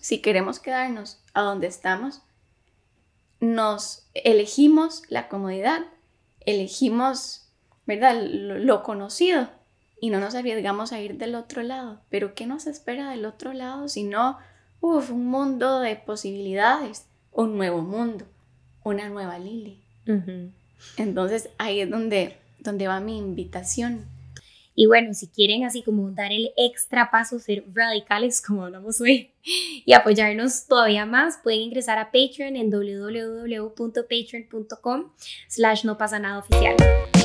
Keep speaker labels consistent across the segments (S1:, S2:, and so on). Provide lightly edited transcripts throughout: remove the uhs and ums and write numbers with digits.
S1: Si queremos quedarnos a donde estamos, nos elegimos la comodidad, elegimos, ¿verdad?, lo conocido y no nos arriesgamos a ir del otro lado. Pero ¿qué nos espera del otro lado? Si no, un mundo de posibilidades, un nuevo mundo, una nueva Lili. Entonces ahí es donde va mi invitación.
S2: Y bueno, si quieren así como dar el extra paso, ser radicales como hablamos hoy y apoyarnos todavía más, pueden ingresar a Patreon en www.patreon.com/nopasanadaoficial.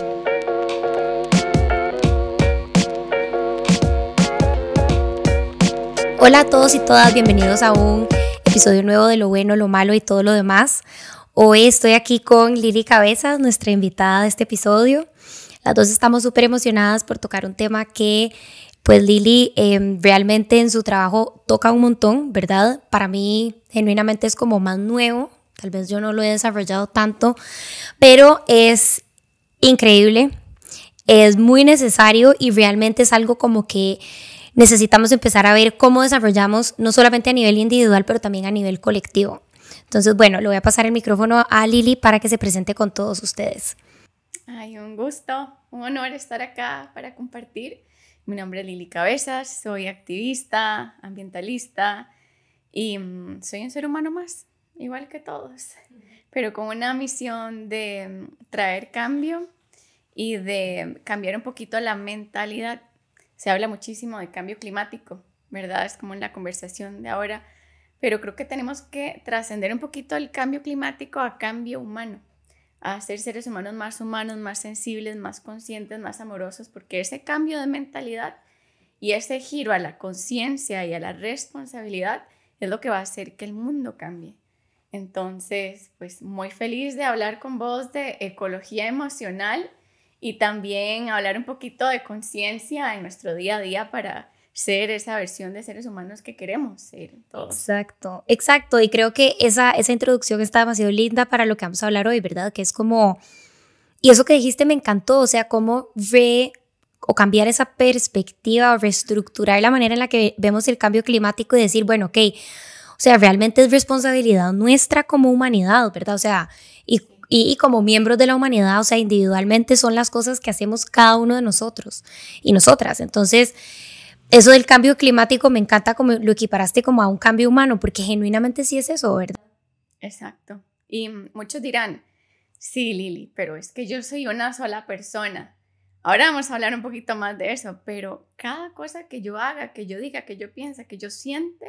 S2: Hola a todos y todas, bienvenidos a un episodio nuevo de Lo Bueno, Lo Malo y todo lo demás. Hoy estoy aquí con Lili Cabezas, nuestra invitada de este episodio. Las dos estamos súper emocionadas por tocar un tema que pues Lili realmente en su trabajo toca un montón, ¿verdad? Para mí genuinamente es como más nuevo, tal vez yo no lo he desarrollado tanto, pero es increíble, es muy necesario y realmente es algo como que necesitamos empezar a ver cómo desarrollamos no solamente a nivel individual, pero también a nivel colectivo. Entonces, bueno, le voy a pasar el micrófono a Lili para que se presente con todos ustedes.
S1: Ay, un gusto, un honor estar acá para compartir. Mi nombre es Lili Cabezas, soy activista, ambientalista y soy un ser humano más, igual que todos, pero con una misión de traer cambio y de cambiar un poquito la mentalidad. Se habla muchísimo de cambio climático, ¿verdad? Es como en la conversación de ahora, pero creo que tenemos que trascender un poquito el cambio climático a cambio humano, a ser seres humanos, más sensibles, más conscientes, más amorosos, porque ese cambio de mentalidad y ese giro a la conciencia y a la responsabilidad es lo que va a hacer que el mundo cambie. Entonces, pues muy feliz de hablar con vos de ecología emocional y también hablar un poquito de conciencia en nuestro día a día para ser esa versión de seres humanos que queremos ser todos.
S2: Exacto. Y creo que esa introducción está demasiado linda para lo que vamos a hablar hoy, ¿verdad? Que es como, y eso que dijiste me encantó, o sea, cómo o cambiar esa perspectiva o reestructurar la manera en la que vemos el cambio climático y decir, bueno, ok, o sea, realmente es responsabilidad nuestra como humanidad, ¿verdad? O sea, y como miembros de la humanidad, o sea, individualmente son las cosas que hacemos cada uno de nosotros y nosotras. Entonces, eso del cambio climático me encanta como lo equiparaste como a un cambio humano, porque genuinamente sí es eso, ¿verdad?
S1: Exacto. Y muchos dirán, sí, Lili, pero es que yo soy una sola persona. Ahora vamos a hablar un poquito más de eso, pero cada cosa que yo haga, que yo diga, que yo piense, que yo siento,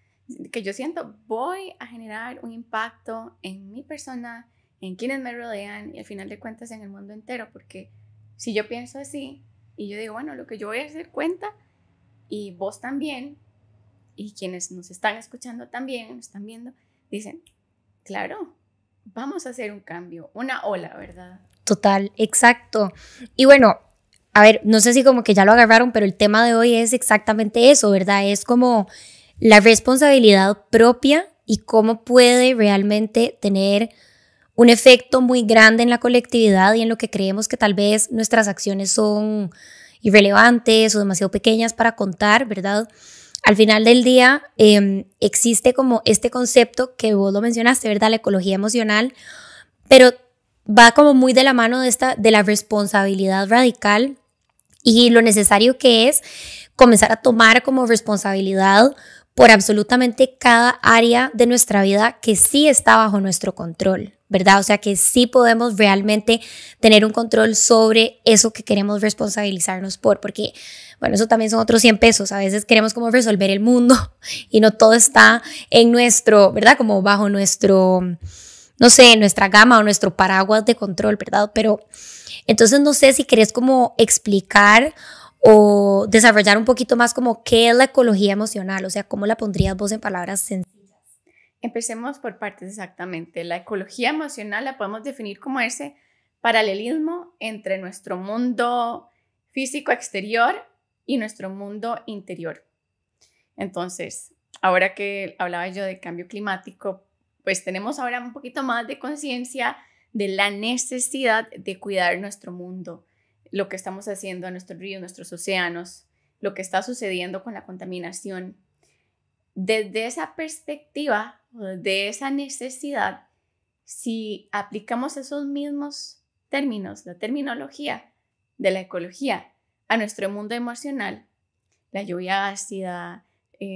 S1: voy a generar un impacto en mi persona, en quienes me rodean y al final de cuentas en el mundo entero, porque si yo pienso así y yo digo, bueno, lo que yo voy a hacer cuenta y vos también y quienes nos están escuchando también, nos están viendo, dicen, claro, vamos a hacer un cambio, una ola, ¿verdad?
S2: Total, exacto. Y bueno, a ver, no sé si como que ya lo agarraron, pero el tema de hoy es exactamente eso, ¿verdad? Es como la responsabilidad propia y cómo puede realmente tener un efecto muy grande en la colectividad y en lo que creemos que tal vez nuestras acciones son irrelevantes o demasiado pequeñas para contar, ¿verdad? Al final del día existe como este concepto que vos lo mencionaste, ¿verdad? La ecología emocional, pero va como muy de la mano de la responsabilidad radical y lo necesario que es comenzar a tomar como responsabilidad por absolutamente cada área de nuestra vida que sí está bajo nuestro control, ¿verdad? O sea, que sí podemos realmente tener un control sobre eso que queremos responsabilizarnos porque, bueno, eso también son otros 100 pesos. A veces queremos como resolver el mundo y no todo está en nuestro, ¿verdad? Como bajo nuestro, no sé, nuestra gama o nuestro paraguas de control, ¿verdad? Pero entonces no sé si querés como explicar o desarrollar un poquito más como qué es la ecología emocional, o sea, cómo la pondrías vos en palabras sencillas.
S1: Empecemos por partes exactamente. La ecología emocional la podemos definir como ese paralelismo entre nuestro mundo físico exterior y nuestro mundo interior. Entonces, ahora que hablaba yo de cambio climático, pues tenemos ahora un poquito más de conciencia de la necesidad de cuidar nuestro mundo, lo que estamos haciendo a nuestros ríos, nuestros océanos, lo que está sucediendo con la contaminación. desde esa perspectiva, de esa necesidad, si aplicamos esos mismos términos, la terminología de la ecología a nuestro mundo emocional, la lluvia ácida,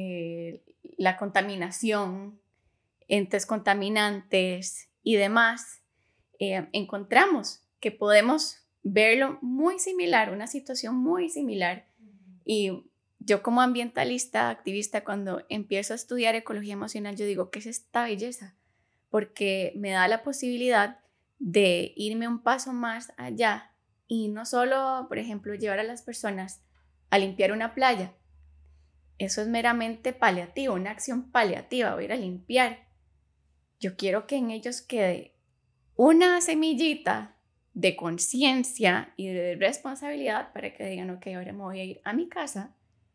S1: la contaminación, entes contaminantes y demás, encontramos que podemos verlo muy similar, una situación muy similar. Y yo como ambientalista, activista, cuando empiezo a estudiar ecología emocional, yo digo, ¿qué es esta belleza? Porque me da la posibilidad de irme un paso más allá y no solo, por ejemplo, llevar a las personas a limpiar una playa. Eso es meramente paliativo, una acción paliativa, voy a ir a limpiar. Yo quiero que en ellos quede una semillita de conciencia y de responsabilidad para que digan, ok, ahora me voy a ir a mi casa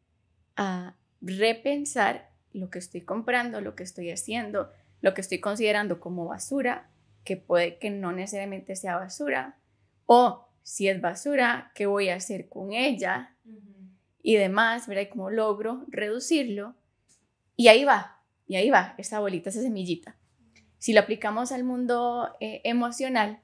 S1: a repensar lo que estoy comprando, lo que estoy haciendo, lo que estoy considerando como basura, que puede que no necesariamente sea basura, o si es basura, ¿qué voy a hacer con ella? Y demás, ¿verdad? Y cómo logro reducirlo. Y ahí va, esa bolita, esa semillita. Si lo aplicamos al mundo emocional,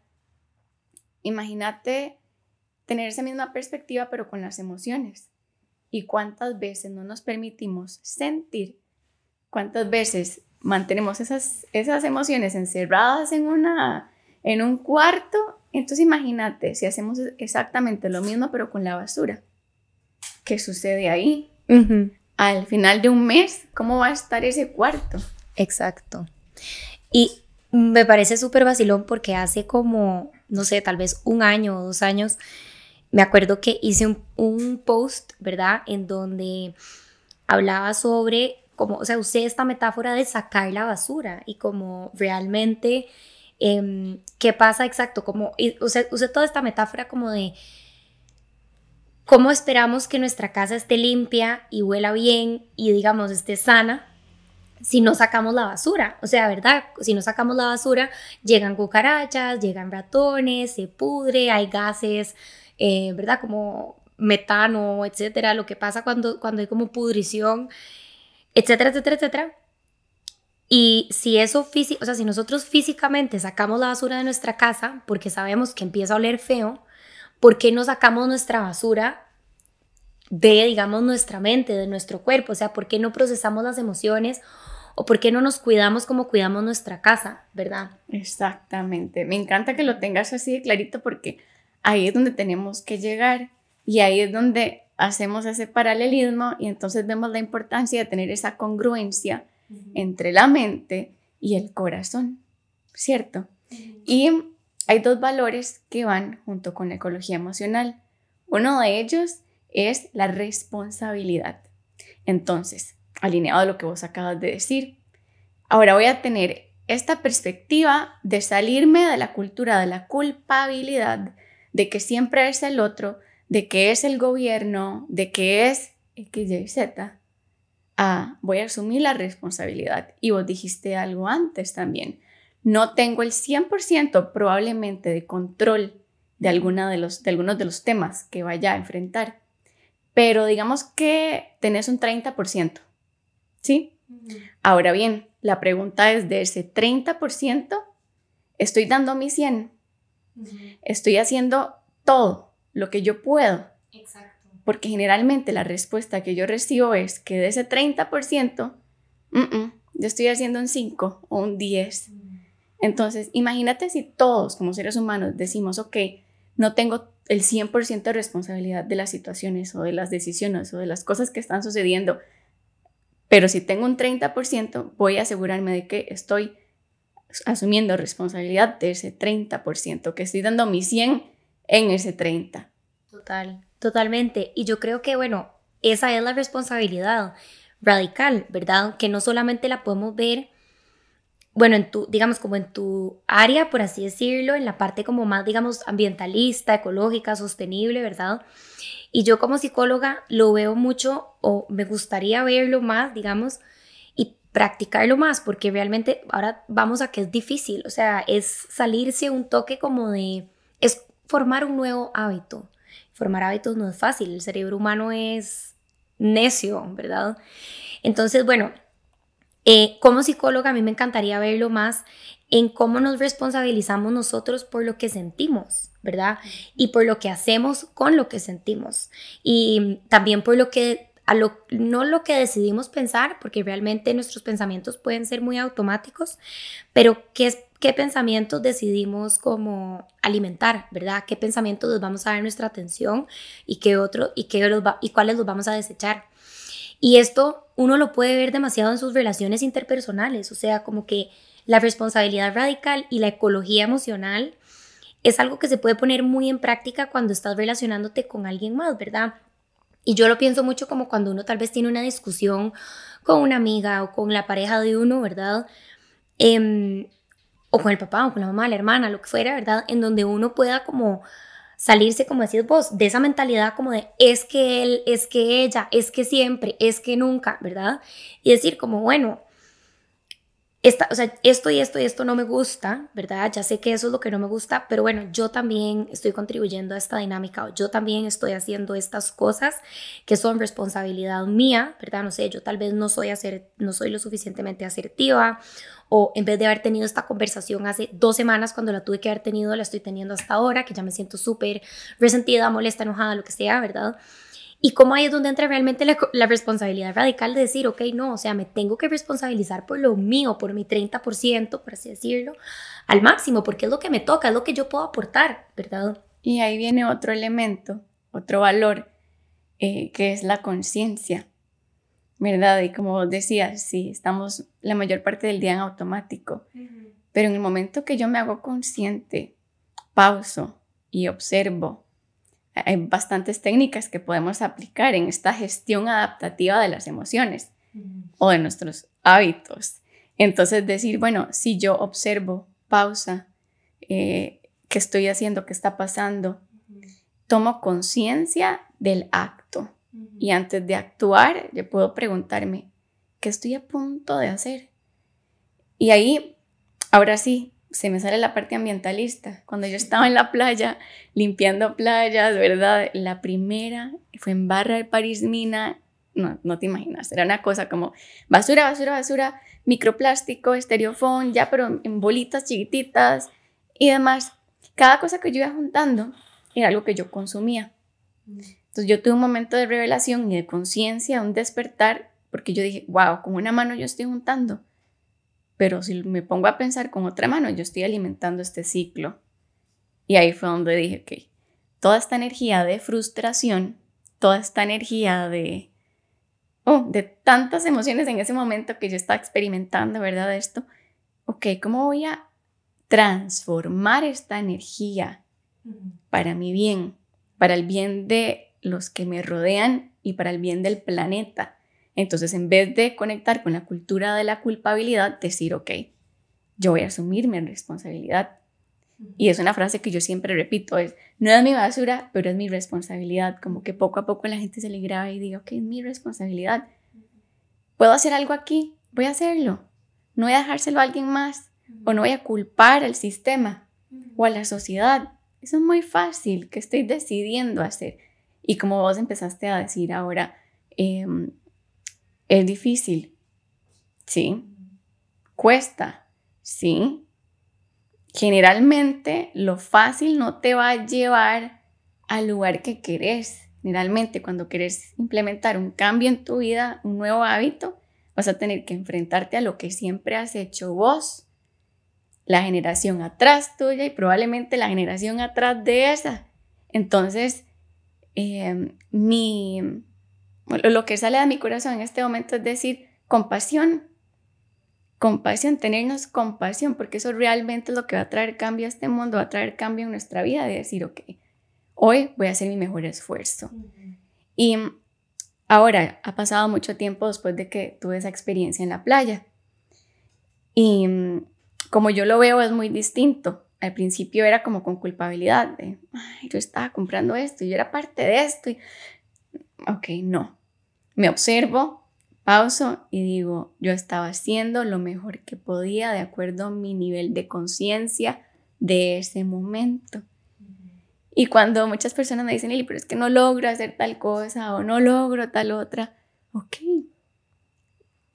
S1: imagínate tener esa misma perspectiva, pero con las emociones. Y cuántas veces no nos permitimos sentir, cuántas veces mantenemos esas emociones encerradas en un cuarto. Entonces imagínate si hacemos exactamente lo mismo, pero con la basura. ¿Qué sucede ahí? Al final de un mes, ¿cómo va a estar ese cuarto?
S2: Exacto. Y me parece súper vacilón porque hace como, no sé, tal vez 1 año o 2 años, me acuerdo que hice un post, ¿verdad? En donde hablaba sobre, como, o sea, usé esta metáfora de sacar la basura y como realmente, ¿qué pasa exacto? Como, usé toda esta metáfora como de cómo esperamos que nuestra casa esté limpia y huela bien y, digamos, esté sana si no sacamos la basura. O sea, ¿verdad? Si no sacamos la basura, llegan cucarachas, llegan ratones, se pudre, hay gases, ¿verdad? Como metano, etcétera, lo que pasa cuando hay como pudrición, etcétera, etcétera, etcétera. Y si eso o sea, si nosotros físicamente sacamos la basura de nuestra casa porque sabemos que empieza a oler feo, ¿por qué no sacamos nuestra basura de, digamos, nuestra mente, de nuestro cuerpo? O sea, ¿por qué no procesamos las emociones o por qué no nos cuidamos como cuidamos nuestra casa, verdad?
S1: Exactamente. Me encanta que lo tengas así de clarito porque ahí es donde tenemos que llegar y ahí es donde hacemos ese paralelismo y entonces vemos la importancia de tener esa congruencia entre la mente y el corazón, ¿cierto? Y hay 2 valores que van junto con la ecología emocional. Uno de ellos es la responsabilidad. Entonces, alineado a lo que vos acabas de decir, ahora voy a tener esta perspectiva de salirme de la cultura de la culpabilidad, de que siempre es el otro, de que es el gobierno, de que es X, Y, Z. Voy a asumir la responsabilidad. Y vos dijiste algo antes también. No tengo el 100% probablemente de control de algunos de los temas que vaya a enfrentar. Pero digamos que tenés un 30%, ¿sí? Ahora bien, la pregunta es, de ese 30%, ¿estoy dando mi 100%? ¿Estoy haciendo todo lo que yo puedo?
S2: Exacto.
S1: Porque generalmente la respuesta que yo recibo es que de ese 30%, yo estoy haciendo un 5 o un 10. Entonces, imagínate si todos como seres humanos decimos, ok, no tengo el 100% de responsabilidad de las situaciones o de las decisiones o de las cosas que están sucediendo, pero si tengo un 30%, voy a asegurarme de que estoy asumiendo responsabilidad de ese 30%, que estoy dando mi 100 en ese 30%.
S2: Totalmente. Y yo creo que, bueno, esa es la responsabilidad radical, ¿verdad? Que no solamente la podemos ver, bueno, digamos, como en tu área, por así decirlo, en la parte como más, digamos, ambientalista, ecológica, sostenible, ¿verdad? Y yo como psicóloga lo veo mucho, o me gustaría verlo más, digamos, y practicarlo más, porque realmente ahora vamos a que es difícil, o sea, es salirse un toque como es formar un nuevo hábito. Formar hábitos no es fácil, el cerebro humano es necio, ¿verdad? Entonces, bueno, Como psicóloga a mí me encantaría verlo más en cómo nos responsabilizamos nosotros por lo que sentimos, ¿verdad? Y por lo que hacemos con lo que sentimos. Y también por lo que, no lo que decidimos pensar, porque realmente nuestros pensamientos pueden ser muy automáticos, pero qué pensamientos decidimos como alimentar, ¿verdad? ¿Qué pensamientos les vamos a dar nuestra atención y y cuáles los vamos a desechar? Y esto uno lo puede ver demasiado en sus relaciones interpersonales, o sea, como que la responsabilidad radical y la ecología emocional es algo que se puede poner muy en práctica cuando estás relacionándote con alguien más, ¿verdad? Y yo lo pienso mucho como cuando uno tal vez tiene una discusión con una amiga o con la pareja de uno, ¿verdad? O con el papá o con la mamá, la hermana, lo que fuera, ¿verdad? En donde uno pueda como salirse, como decís vos, de esa mentalidad como de es que él, es que ella, es que siempre, es que nunca, ¿verdad? Y decir como, bueno, o sea, esto y esto y esto no me gusta, ¿verdad? Ya sé que eso es lo que no me gusta, pero bueno, yo también estoy contribuyendo a esta dinámica, o yo también estoy haciendo estas cosas que son responsabilidad mía, ¿verdad? No sé, yo tal vez no soy lo suficientemente asertiva, o en vez de haber tenido esta conversación hace 2 semanas, cuando la tuve que haber tenido, la estoy teniendo hasta ahora, que ya me siento súper resentida, molesta, enojada, lo que sea, ¿verdad? Y cómo ahí es donde entra realmente la responsabilidad radical de decir, ok, no, o sea, me tengo que responsabilizar por lo mío, por mi 30%, por así decirlo, al máximo, porque es lo que me toca, es lo que yo puedo aportar, ¿verdad?
S1: Y ahí viene otro elemento, otro valor, que es la conciencia, ¿verdad? Y como decías, sí, estamos la mayor parte del día en automático, pero en el momento que yo me hago consciente, pauso y observo, hay bastantes técnicas que podemos aplicar en esta gestión adaptativa de las emociones o de nuestros hábitos. Entonces decir, bueno, si yo observo, pausa, qué estoy haciendo, qué está pasando, tomo conciencia del acto y antes de actuar yo puedo preguntarme, ¿qué estoy a punto de hacer? Y ahí, ahora sí, se me sale la parte ambientalista. Cuando yo estaba en la playa, limpiando playas, ¿verdad? La primera fue en Barra del París Mina. No te imaginas, era una cosa como basura, basura, basura, microplástico, estereofón, ya pero en bolitas chiquititas y demás. Cada cosa que yo iba juntando era algo que yo consumía. Entonces yo tuve un momento de revelación y de conciencia, un despertar, porque yo dije, wow, con una mano yo estoy juntando. Pero si me pongo a pensar con otra mano, yo estoy alimentando este ciclo. Y ahí fue donde dije, ok, toda esta energía de frustración, toda esta energía de tantas emociones en ese momento que yo estaba experimentando, ¿verdad? Esto, ok, ¿cómo voy a transformar esta energía para mi bien, para el bien de los que me rodean y para el bien del planeta? Entonces, en vez de conectar con la cultura de la culpabilidad, decir, ok, yo voy a asumir mi responsabilidad. Y es una frase que yo siempre repito, no es mi basura, pero es mi responsabilidad. Como que poco a poco la gente se le graba y diga, ok, es mi responsabilidad. ¿Puedo hacer algo aquí? Voy a hacerlo. No voy a dejárselo a alguien más o no voy a culpar al sistema o a la sociedad. Eso es muy fácil, que estoy decidiendo hacer. Y como vos empezaste a decir ahora, es difícil, ¿sí? Cuesta, ¿sí? Generalmente lo fácil no te va a llevar al lugar que querés. Generalmente cuando querés implementar un cambio en tu vida, un nuevo hábito, vas a tener que enfrentarte a lo que siempre has hecho vos, la generación atrás tuya y probablemente la generación atrás de esa. Entonces, lo que sale de mi corazón en este momento es decir, compasión, tenernos compasión, porque eso realmente es lo que va a traer cambio a este mundo, va a traer cambio en nuestra vida, de decir, ok, hoy voy a hacer mi mejor esfuerzo. Y ahora, ha pasado mucho tiempo después de que tuve esa experiencia en la playa. Y como yo lo veo, es muy distinto. Al principio era como con culpabilidad, de, ay, yo estaba comprando esto y yo era parte de esto. Ok, no. Me observo, pauso y digo, yo estaba haciendo lo mejor que podía de acuerdo a mi nivel de conciencia de ese momento. Y cuando muchas personas me dicen, Lili, pero es que no logro hacer tal cosa o no logro tal otra, ok,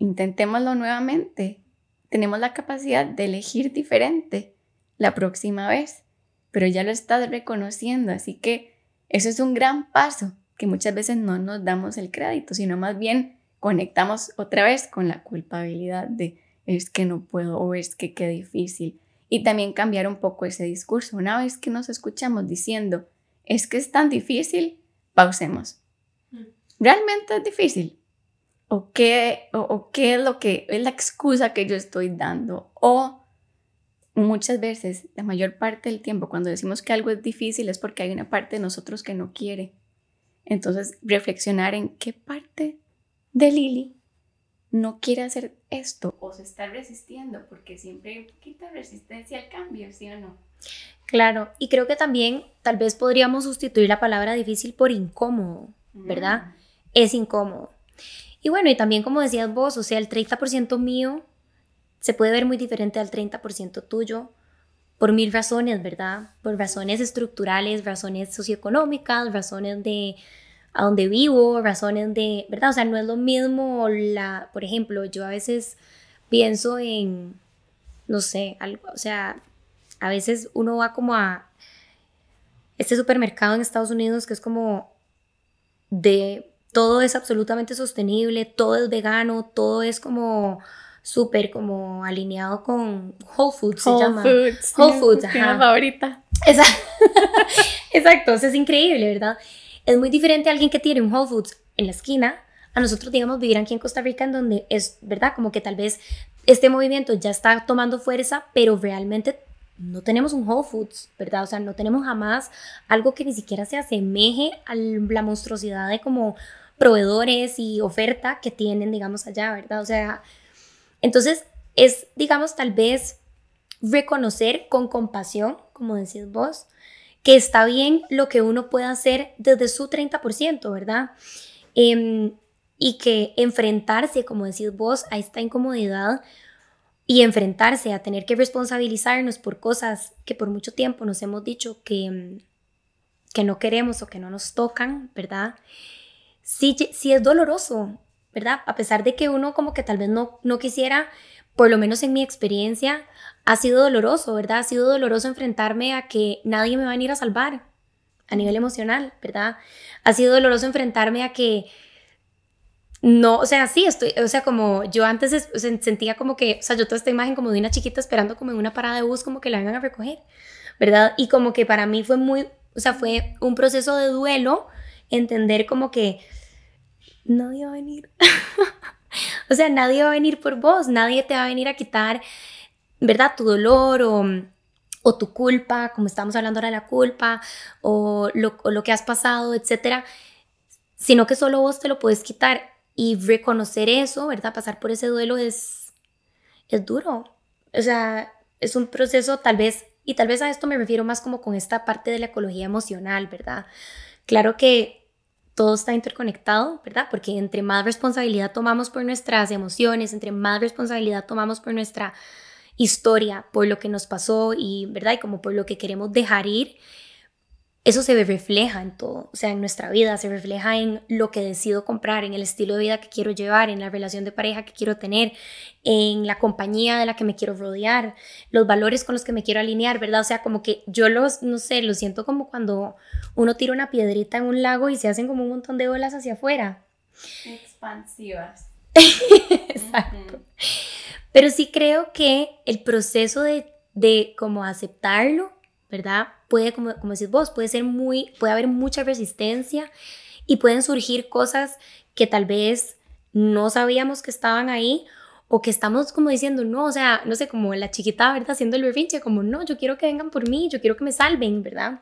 S1: intentémoslo nuevamente. Tenemos la capacidad de elegir diferente la próxima vez, pero ya lo estás reconociendo, así que eso es un gran paso que muchas veces no nos damos el crédito, sino más bien conectamos otra vez con la culpabilidad de es que no puedo o es que qué difícil. Y también cambiar un poco ese discurso. Una vez que nos escuchamos diciendo es que es tan difícil, pausemos. ¿Realmente es difícil? ¿O qué es lo que es la excusa que yo estoy dando? O muchas veces, la mayor parte del tiempo, cuando decimos que algo es difícil es porque hay una parte de nosotros que no quiere. Entonces, reflexionar en qué parte de Lili no quiere hacer esto o se está resistiendo, porque siempre hay poquita resistencia al cambio, ¿sí o no?
S2: Claro, y creo que también tal vez podríamos sustituir la palabra difícil por incómodo, ¿verdad? Es incómodo. Y bueno, y también como decías vos, o sea, el 30% mío se puede ver muy diferente al 30% tuyo por 1000 razones, ¿verdad? Por razones estructurales, razones socioeconómicas, razones de a dónde vivo, razones de, ¿verdad? O sea, no es lo mismo por ejemplo, yo a veces pienso en, no sé, algo, o sea, a veces uno va como a este supermercado en Estados Unidos que es como todo es absolutamente sostenible, todo es vegano, todo es como súper como alineado con Whole Foods, se llama. Whole Foods,
S1: ajá. Mi favorita.
S2: Exacto, o sea, es increíble, ¿verdad? Es muy diferente a alguien que tiene un Whole Foods en la esquina, a nosotros, digamos, vivir aquí en Costa Rica, en donde es, ¿verdad? Como que tal vez este movimiento ya está tomando fuerza, pero realmente no tenemos un Whole Foods, ¿verdad? O sea, no tenemos jamás algo que ni siquiera se asemeje a la monstruosidad de como proveedores y oferta que tienen, digamos, allá, ¿verdad? O sea, entonces es, digamos, tal vez reconocer con compasión, como decís vos, que está bien lo que uno pueda hacer desde su 30%, ¿verdad? Y que enfrentarse, como decís vos, a esta incomodidad y enfrentarse a tener que responsabilizarnos por cosas que por mucho tiempo nos hemos dicho que no queremos o que no nos tocan, ¿verdad? Sí es doloroso, ¿verdad? A pesar de que uno como que tal vez no quisiera, por lo menos en mi experiencia, ha sido doloroso, ¿verdad? Ha sido doloroso enfrentarme a que nadie me va a venir a salvar a nivel emocional, ¿verdad? Ha sido doloroso enfrentarme a que no, o sea, sí, o sea, como yo antes sentía como que, o sea, yo toda esta imagen como de una chiquita esperando como en una parada de bus como que la vengan a recoger, ¿verdad? Y como que para mí fue fue un proceso de duelo, entender como que nadie va a venir. O sea, nadie va a venir por vos, nadie te va a venir a quitar, ¿verdad? Tu dolor o tu culpa, como estamos hablando ahora de la culpa, o lo que has pasado, etcétera, sino que solo vos te lo puedes quitar. Y reconocer eso, ¿verdad? Pasar por ese duelo es duro. O sea, es un proceso tal vez a esto me refiero más como con esta parte de la ecología emocional, ¿verdad? Claro que todo está interconectado, ¿verdad? Porque entre más responsabilidad tomamos por nuestras emociones, entre más responsabilidad tomamos por nuestra historia, por lo que nos pasó y, ¿verdad? Y como por lo que queremos dejar ir, eso se refleja en todo, o sea, en nuestra vida, se refleja en lo que decido comprar, en el estilo de vida que quiero llevar, en la relación de pareja que quiero tener, en la compañía de la que me quiero rodear, los valores con los que me quiero alinear, ¿verdad? O sea, como que yo no sé, lo siento como cuando uno tira una piedrita en un lago y se hacen como un montón de olas hacia afuera.
S1: Expansivas.
S2: Exacto. Pero sí creo que el proceso de como aceptarlo, ¿verdad? Puede, como decís vos, puede haber mucha resistencia y pueden surgir cosas que tal vez no sabíamos que estaban ahí o que estamos como diciendo, no, o sea, no sé, como la chiquita, ¿verdad? Haciendo el berrinche, como, no, yo quiero que vengan por mí, yo quiero que me salven, ¿verdad?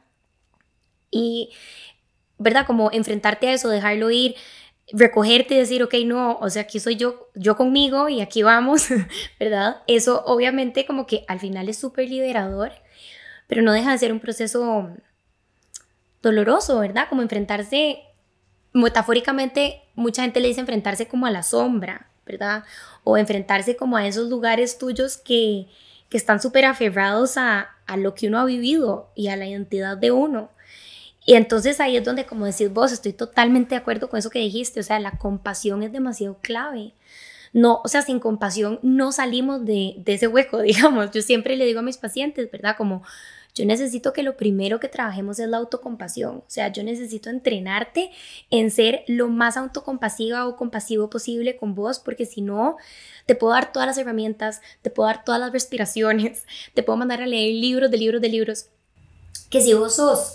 S2: Y, ¿verdad? Como enfrentarte a eso, dejarlo ir, recogerte y decir, ok, no, o sea, aquí soy yo conmigo y aquí vamos, ¿verdad? Eso obviamente como que al final es súper liberador, pero no deja de ser un proceso doloroso, ¿verdad? Como enfrentarse, metafóricamente, mucha gente le dice enfrentarse como a la sombra, ¿verdad? O enfrentarse como a esos lugares tuyos que están súper aferrados a lo que uno ha vivido y a la identidad de uno. Y entonces ahí es donde, como decís vos, estoy totalmente de acuerdo con eso que dijiste, o sea, la compasión es demasiado clave. no, o sea, sin compasión no salimos de ese hueco, digamos. Yo siempre le digo a mis pacientes, ¿verdad? Como yo necesito que lo primero que trabajemos es la autocompasión. O sea, yo necesito entrenarte en ser lo más autocompasiva o compasivo posible con vos, porque si no, te puedo dar todas las herramientas, te puedo dar todas las respiraciones, te puedo mandar a leer libros de libros de libros, que si vos sos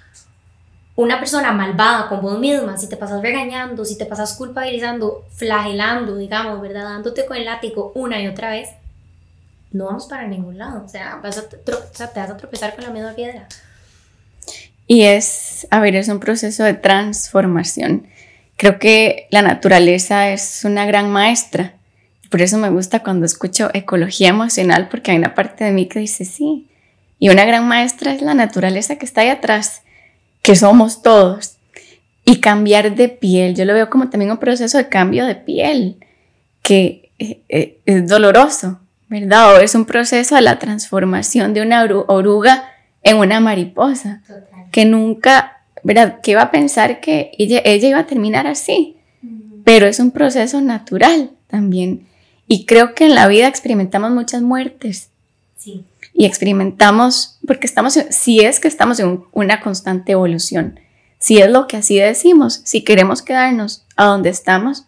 S2: una persona malvada con vos misma, si te pasas regañando, si te pasas culpabilizando, flagelando, digamos, ¿verdad? Dándote con el látigo una y otra vez, no vamos para ningún lado. O sea, te vas a tropezar con la misma piedra.
S1: Y es un proceso de transformación. Creo que la naturaleza es una gran maestra. Por eso me gusta cuando escucho ecología emocional, porque hay una parte de mí que dice sí. Y una gran maestra es la naturaleza que está ahí atrás, que somos todos. Y cambiar de piel, yo lo veo como también un proceso de cambio de piel, que es doloroso, ¿verdad? O es un proceso de la transformación de una oruga en una mariposa. Total. Que nunca, ¿verdad? Que iba a pensar que ella iba a terminar así, pero es un proceso natural también. Y creo que en la vida experimentamos muchas muertes.
S2: Sí.
S1: Y experimentamos, porque si es que estamos en una constante evolución, si es lo que así decimos, si queremos quedarnos a donde estamos,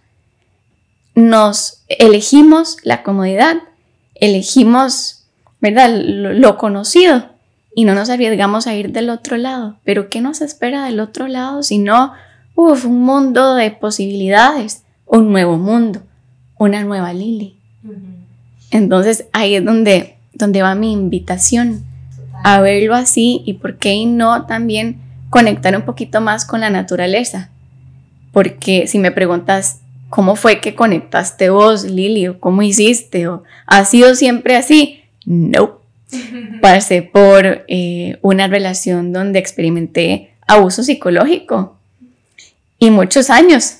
S1: nos elegimos la comodidad, elegimos, ¿verdad?, lo conocido y no nos arriesgamos a ir del otro lado. Pero ¿qué nos espera del otro lado? Sino, un mundo de posibilidades, un nuevo mundo, una nueva Lili. Entonces ahí es donde va mi invitación. Total. A verlo así, y por qué no también conectar un poquito más con la naturaleza. Porque si me preguntas ¿cómo fue que conectaste vos, Lili? ¿O cómo hiciste? ¿O ha sido siempre así? No. Pasé por una relación donde experimenté abuso psicológico y muchos años,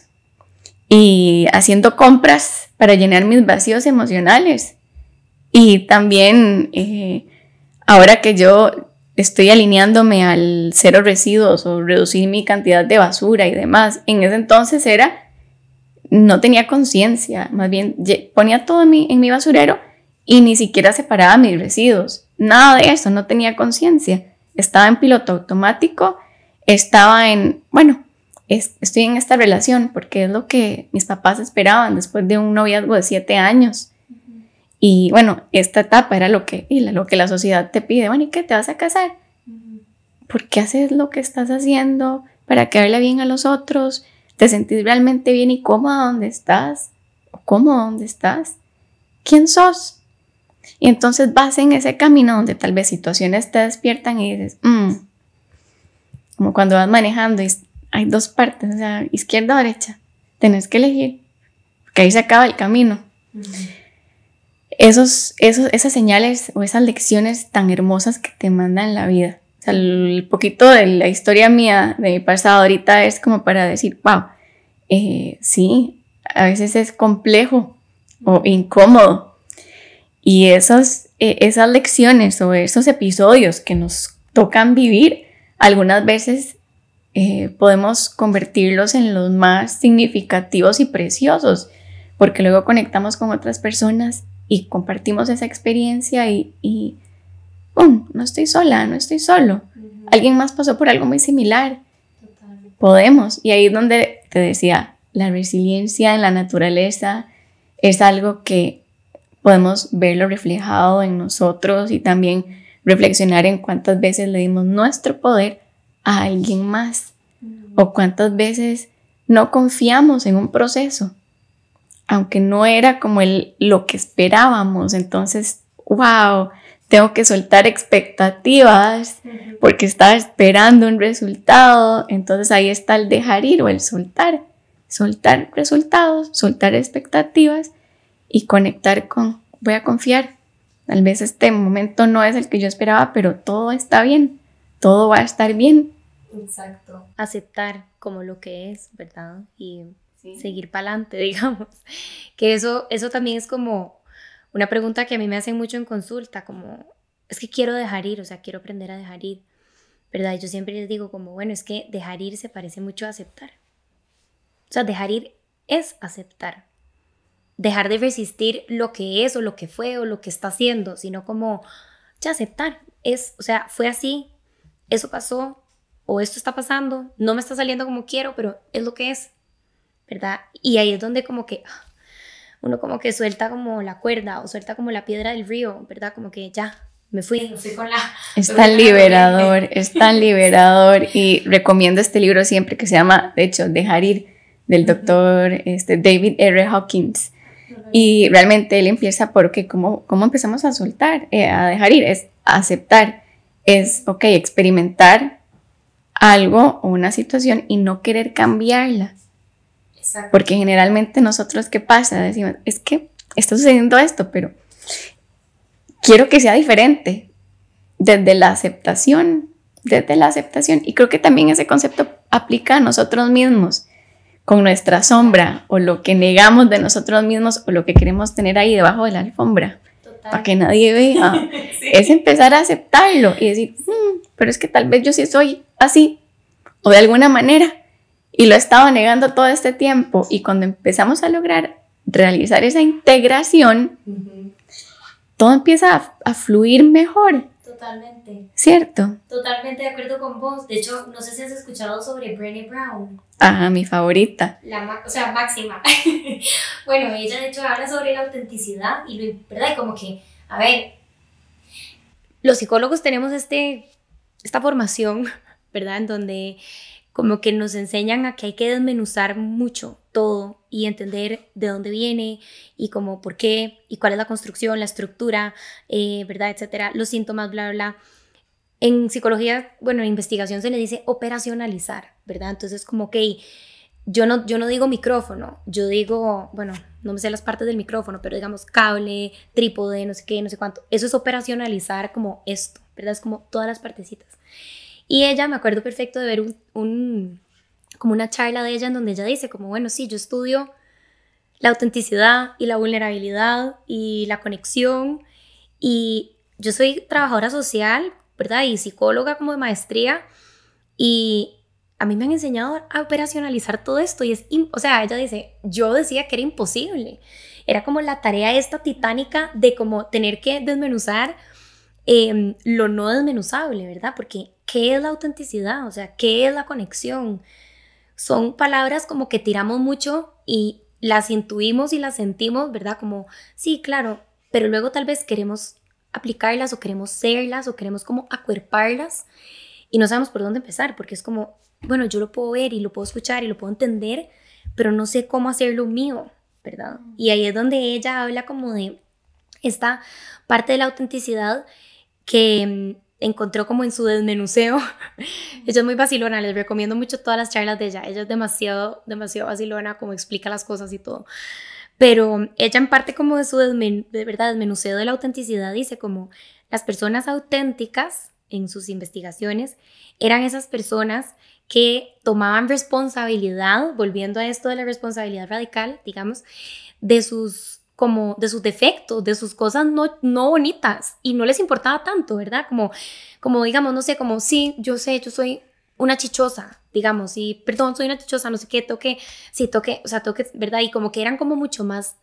S1: y haciendo compras para llenar mis vacíos emocionales. Y también ahora que yo estoy alineándome al cero residuos o reducir mi cantidad de basura y demás, en ese entonces no tenía conciencia, más bien ponía todo en mi basurero y ni siquiera separaba mis residuos, nada de eso, no tenía conciencia, estaba en piloto automático, estoy en esta relación porque es lo que mis papás esperaban después de un noviazgo de 7 años. Y bueno, esta etapa era lo que la sociedad te pide. Bueno, ¿y qué? ¿Te vas a casar? ¿Por qué haces lo que estás haciendo? ¿Para quedarle bien a los otros? ¿Te sentís realmente bien y cómoda donde estás? ¿O cómodo donde estás? ¿Quién sos? Y entonces vas en ese camino donde tal vez situaciones te despiertan y dices, como cuando vas manejando y hay dos partes, o sea, izquierda o derecha. Tenés que elegir, porque ahí se acaba el camino. Esas señales o esas lecciones tan hermosas que te mandan la vida. O sea, el poquito de la historia mía, de mi pasado ahorita, es como para decir, wow, sí, a veces es complejo o incómodo. Y esas lecciones o esos episodios que nos tocan vivir, algunas veces podemos convertirlos en los más significativos y preciosos, porque luego conectamos con otras personas y compartimos esa experiencia y no estoy sola, no estoy solo. Alguien más pasó por algo muy similar. Totalmente. Podemos. Y ahí es donde te decía, la resiliencia en la naturaleza es algo que podemos verlo reflejado en nosotros y también reflexionar en cuántas veces le dimos nuestro poder a alguien más o cuántas veces no confiamos en un proceso, aunque no era como lo que esperábamos. Entonces, wow, tengo que soltar expectativas porque estaba esperando un resultado. Entonces ahí está el dejar ir o el soltar resultados, soltar expectativas y conectar con, voy a confiar. Tal vez este momento no es el que yo esperaba, pero todo está bien, todo va a estar bien.
S2: Exacto. Aceptar como lo que es, ¿verdad? Y seguir para adelante, digamos. Que eso también es como una pregunta que a mí me hacen mucho en consulta, como, es que quiero dejar ir, o sea, quiero aprender a dejar ir, ¿verdad? Y yo siempre les digo como, bueno, es que dejar ir se parece mucho a aceptar. O sea, dejar ir es aceptar. dejar de resistir lo que es o lo que fue o lo que está haciendo, sino como ya aceptar, o sea, fue así, eso pasó o esto está pasando, no me está saliendo como quiero, pero es lo que es, ¿verdad? Y ahí es donde como que uno como que suelta como la cuerda o suelta como la piedra del río, ¿verdad? Como que ya, me fui con la...
S1: Es tan liberador y recomiendo este libro siempre que se llama, de hecho, Dejar ir, del doctor David R. Hawkins. Y realmente él empieza porque cómo empezamos a soltar, a dejar ir, es aceptar, es, ok, experimentar algo o una situación y no querer cambiarla. Exacto. Porque generalmente nosotros, ¿qué pasa? Decimos, es que está sucediendo esto, pero quiero que sea diferente. Desde la aceptación. Y creo que también ese concepto aplica a nosotros mismos, con nuestra sombra o lo que negamos de nosotros mismos o lo que queremos tener ahí debajo de la alfombra. Total. Para que nadie vea. Sí. Es empezar a aceptarlo y decir, pero es que tal vez yo sí soy así o de alguna manera y lo he estado negando todo este tiempo, y cuando empezamos a lograr realizar esa integración, todo empieza a fluir mejor.
S2: Totalmente.
S1: ¿Cierto?
S2: Totalmente de acuerdo con vos. De hecho, no sé si has escuchado sobre Brené Brown.
S1: Ajá, mi favorita.
S2: O sea, máxima. Bueno, ella de hecho habla sobre la autenticidad y ¿verdad? Y como que, a ver, los psicólogos tenemos esta formación, ¿verdad? En donde como que nos enseñan a que hay que desmenuzar mucho todo y entender de dónde viene y como por qué y cuál es la construcción, la estructura, ¿verdad? Etcétera, los síntomas, bla, bla, bla. En psicología, bueno, en investigación se le dice operacionalizar, ¿verdad? Entonces como, ok, yo no digo micrófono, yo digo, bueno, no me sé las partes del micrófono, pero digamos cable, trípode, no sé qué, no sé cuánto. Eso es operacionalizar como esto, ¿verdad? Es como todas las partecitas. Y ella, me acuerdo perfecto de ver como una charla de ella en donde ella dice como, bueno, sí, yo estudio la autenticidad y la vulnerabilidad y la conexión y yo soy trabajadora social, ¿verdad? Y psicóloga como de maestría y a mí me han enseñado a operacionalizar todo esto y o sea, ella dice, yo decía que era imposible, era como la tarea esta titánica de como tener que desmenuzar lo no desmenuzable, ¿verdad? Porque ¿qué es la autenticidad? O sea, ¿qué es la conexión? Son palabras como que tiramos mucho y las intuimos y las sentimos, ¿verdad? Como, sí, claro, pero luego tal vez queremos aplicarlas o queremos serlas o queremos como acuerparlas y no sabemos por dónde empezar, porque es como, bueno, yo lo puedo ver y lo puedo escuchar y lo puedo entender, pero no sé cómo hacerlo mío, ¿verdad? Y ahí es donde ella habla como de esta parte de la autenticidad que encontró como en su desmenuceo. Ella es muy vacilona, les recomiendo mucho todas las charlas de ella. Ella es demasiado vacilona, como explica las cosas y todo. Pero ella en parte como de su desmenuceo de la autenticidad dice como las personas auténticas en sus investigaciones eran esas personas que tomaban responsabilidad, volviendo a esto de la responsabilidad radical, digamos, de sus defectos, de sus cosas no bonitas y no les importaba tanto, ¿verdad? Como digamos, no sé, como sí, yo soy una chichosa, digamos, y perdón, soy una chichosa, no sé qué, toque, ¿verdad? Y como que eran como mucho más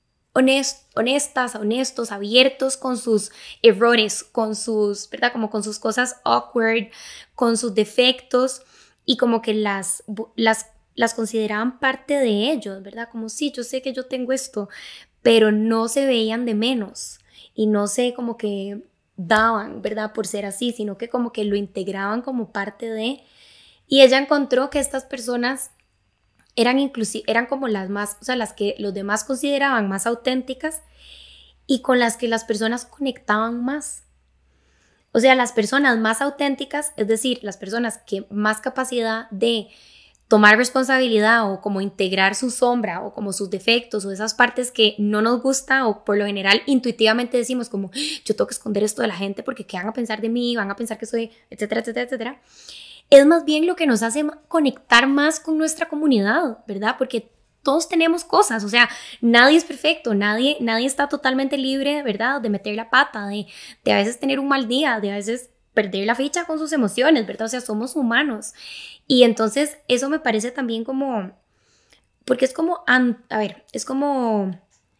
S2: honestos, abiertos con sus errores, con sus, ¿verdad? Como con sus cosas awkward, con sus defectos y como que las consideraban parte de ellos, ¿verdad? Como sí, yo sé que yo tengo esto, pero no se veían de menos y no se como que daban, ¿verdad? Por ser así, sino que como que lo integraban como parte de... Y ella encontró que estas personas eran como las más, o sea, las que los demás consideraban más auténticas y con las que las personas conectaban más. O sea, las personas más auténticas, es decir, las personas que más capacidad de tomar responsabilidad o como integrar su sombra o como sus defectos o esas partes que no nos gusta o por lo general intuitivamente decimos como yo tengo que esconder esto de la gente porque qué van a pensar de mí, van a pensar que soy, etcétera, etcétera, etcétera. Es más bien lo que nos hace conectar más con nuestra comunidad, ¿verdad? Porque todos tenemos cosas, o sea, nadie es perfecto, nadie está totalmente libre, ¿verdad? De meter la pata, de a veces tener un mal día, de a veces perder la ficha con sus emociones, ¿verdad? O sea, somos humanos. Y entonces eso me parece también como, porque es como, a ver, es como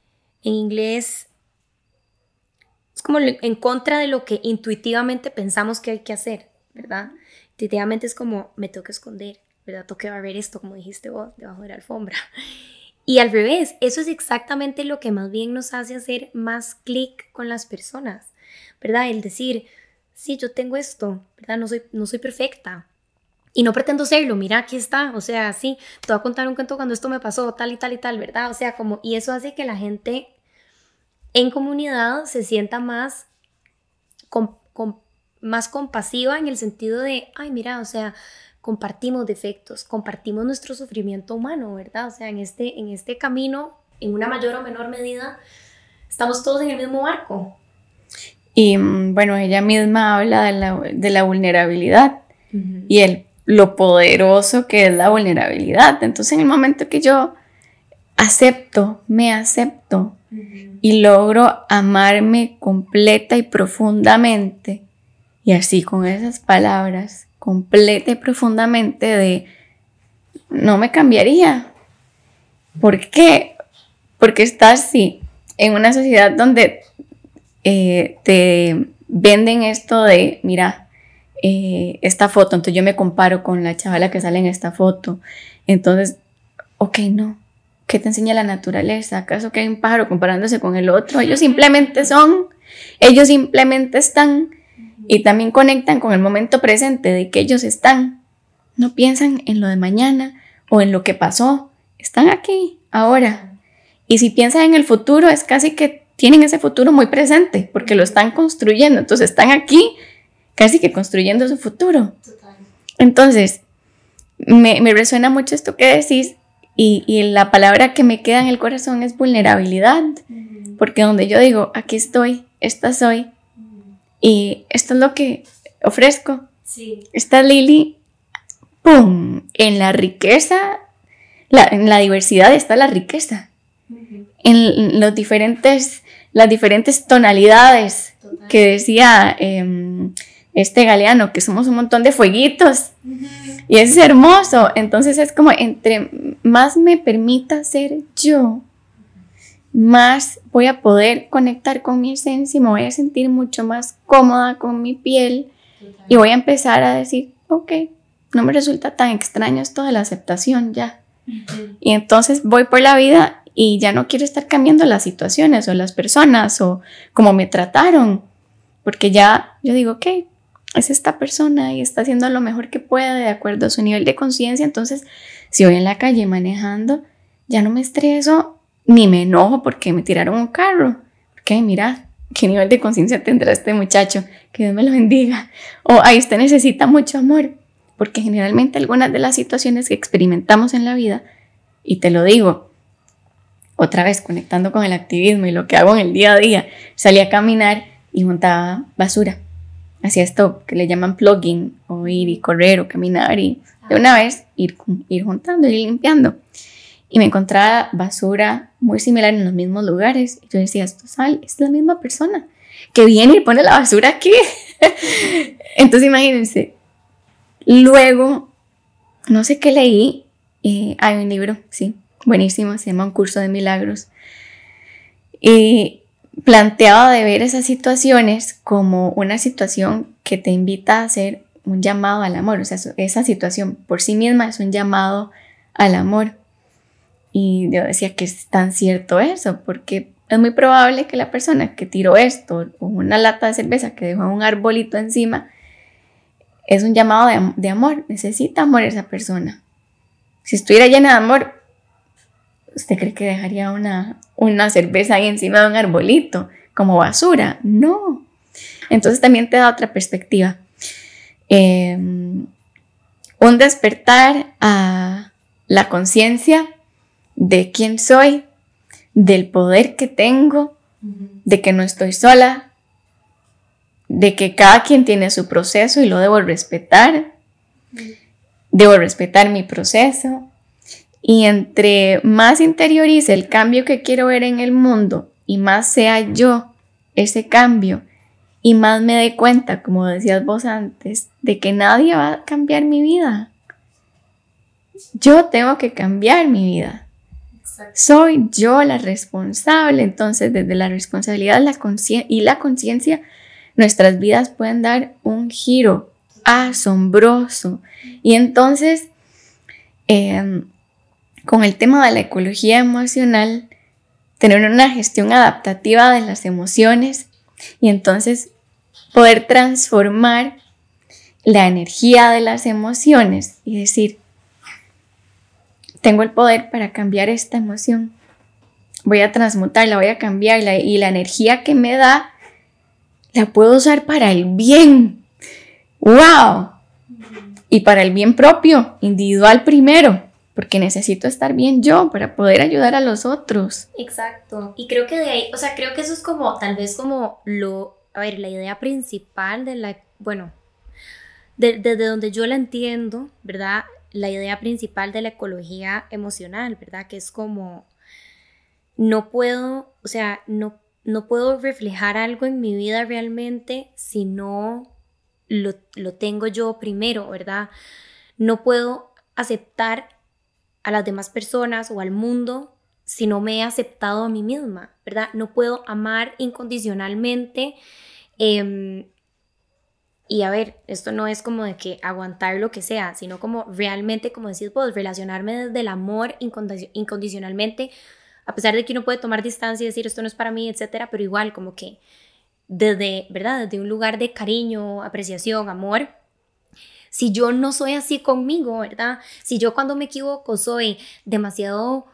S2: en inglés es como en contra de lo que intuitivamente pensamos que hay que hacer, ¿verdad? Intuitivamente es como, me tengo que esconder, ¿verdad? Tengo que barrer esto, como dijiste vos, debajo de la alfombra. Y al revés, eso es exactamente lo que más bien nos hace hacer más clic con las personas, ¿verdad? El decir, sí, yo tengo esto, ¿verdad? No soy perfecta. Y no pretendo serlo, mira, aquí está, o sea, sí, te voy a contar un cuento cuando esto me pasó, tal y tal y tal, ¿verdad? O sea, como, y eso hace que la gente en comunidad se sienta más, más compasiva en el sentido de, ay, mira, o sea, compartimos defectos, compartimos nuestro sufrimiento humano, ¿verdad? O sea, en este camino, en una mayor o menor medida, estamos todos en el mismo barco.
S1: Y bueno, ella misma habla de la vulnerabilidad y lo poderoso que es la vulnerabilidad. Entonces, en el momento que yo me acepto y logro amarme completa y profundamente, y así con esas palabras, completa y profundamente no me cambiaría. ¿Por qué? Porque estás sí, en una sociedad donde te venden esto de, mira, esta foto, entonces yo me comparo con la chavala que sale en esta foto, entonces, ok, no, ¿qué te enseña la naturaleza? ¿Acaso que hay un pájaro comparándose con el otro? Ellos simplemente están y también conectan con el momento presente de que ellos están, no piensan en lo de mañana o en lo que pasó, están aquí, ahora, y si piensan en el futuro es casi que tienen ese futuro muy presente porque lo están construyendo, entonces están aquí casi que construyendo su futuro. Total. Entonces, me resuena mucho esto que decís y la palabra que me queda en el corazón es vulnerabilidad, porque donde yo digo, aquí estoy, esta soy, y esto es lo que ofrezco. Sí. Esta Lili, ¡pum! En la riqueza, en la diversidad está la riqueza. En las diferentes tonalidades. Total. Que decía Galeano, que somos un montón de fueguitos. Y eso es hermoso. Entonces es como entre más me permita ser yo, más voy a poder conectar con mi esencia y me voy a sentir mucho más cómoda con mi piel. Total. Y voy a empezar a decir, ok, no me resulta tan extraño esto de la aceptación ya. Y entonces voy por la vida y ya no quiero estar cambiando las situaciones o las personas o cómo me trataron, porque ya yo digo, ok, es esta persona y está haciendo lo mejor que puede de acuerdo a su nivel de conciencia. Entonces, si voy en la calle manejando, ya no me estreso ni me enojo porque me tiraron un carro. Porque mira, qué nivel de conciencia tendrá este muchacho, que Dios me lo bendiga. O ahí usted necesita mucho amor, porque generalmente algunas de las situaciones que experimentamos en la vida, y te lo digo, otra vez conectando con el activismo y lo que hago en el día a día, salí a caminar y montaba basura. Hacía esto que le llaman plugging, o ir y correr o caminar y de una vez ir juntando, ir limpiando. Y me encontraba basura muy similar en los mismos lugares. Y yo decía, es la misma persona que viene y pone la basura aquí. Entonces imagínense. Luego, no sé qué leí, hay un libro, sí, buenísimo, se llama Un Curso de Milagros. Y planteaba de ver esas situaciones como una situación que te invita a hacer un llamado al amor. O sea, esa situación por sí misma es un llamado al amor. Y yo decía que es tan cierto eso, porque es muy probable que la persona que tiró esto, o una lata de cerveza que dejó un arbolito encima, es un llamado de amor. Necesita amor esa persona. Si estuviera llena de amor, ¿usted cree que dejaría una cerveza ahí encima de un arbolito como basura? No. Entonces también te da otra perspectiva. Un despertar a la conciencia de quién soy, del poder que tengo, de que no estoy sola, de que cada quien tiene su proceso y lo debo respetar. Debo respetar mi proceso. Y entre más interiorice el cambio que quiero ver en el mundo y más sea yo ese cambio y más me dé cuenta, como decías vos antes, de que nadie va a cambiar mi vida. Yo tengo que cambiar mi vida. Soy yo la responsable. Entonces, desde la responsabilidad y la conciencia, nuestras vidas pueden dar un giro asombroso. Y entonces, con el tema de la ecología emocional, tener una gestión adaptativa de las emociones y entonces poder transformar la energía de las emociones y decir, tengo el poder para cambiar esta emoción, voy a transmutarla, voy a cambiarla y la energía que me da la puedo usar para el bien. ¡Wow! Y para el bien propio, individual primero, porque necesito estar bien yo para poder ayudar a los otros.
S2: Exacto. Y creo que de ahí, o sea, creo que eso es como, tal vez como la idea principal desde donde yo la entiendo, ¿verdad? La idea principal de la ecología emocional, ¿verdad? Que es como, no puedo reflejar algo en mi vida realmente si no lo tengo yo primero, ¿verdad? No puedo aceptar a las demás personas o al mundo si no me he aceptado a mí misma, ¿verdad? No puedo amar incondicionalmente. Y a ver, esto no es como de que aguantar lo que sea, sino como realmente, como decís vos, relacionarme desde el amor incondicionalmente, a pesar de que uno puede tomar distancia y decir esto no es para mí, etcétera, pero igual como que desde, ¿verdad? Desde un lugar de cariño, apreciación, amor. Si yo no soy así conmigo, ¿verdad? Si yo cuando me equivoco soy demasiado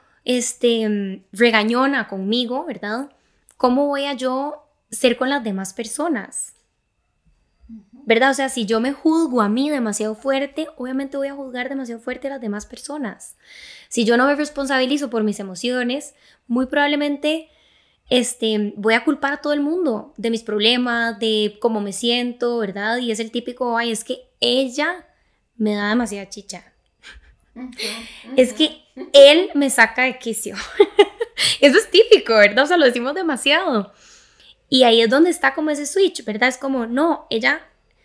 S2: regañona conmigo, ¿verdad? ¿Cómo voy a yo ser con las demás personas? ¿Verdad? O sea, si yo me juzgo a mí demasiado fuerte, obviamente voy a juzgar demasiado fuerte a las demás personas. Si yo no me responsabilizo por mis emociones, muy probablemente voy a culpar a todo el mundo de mis problemas, de cómo me siento, ¿verdad? Y es el típico, ay, es que ella me da demasiada chicha. Es que él me saca de quicio. Eso es típico, ¿verdad? O sea, lo decimos demasiado. Y ahí es donde está como ese switch, ¿verdad? Es como, no, ella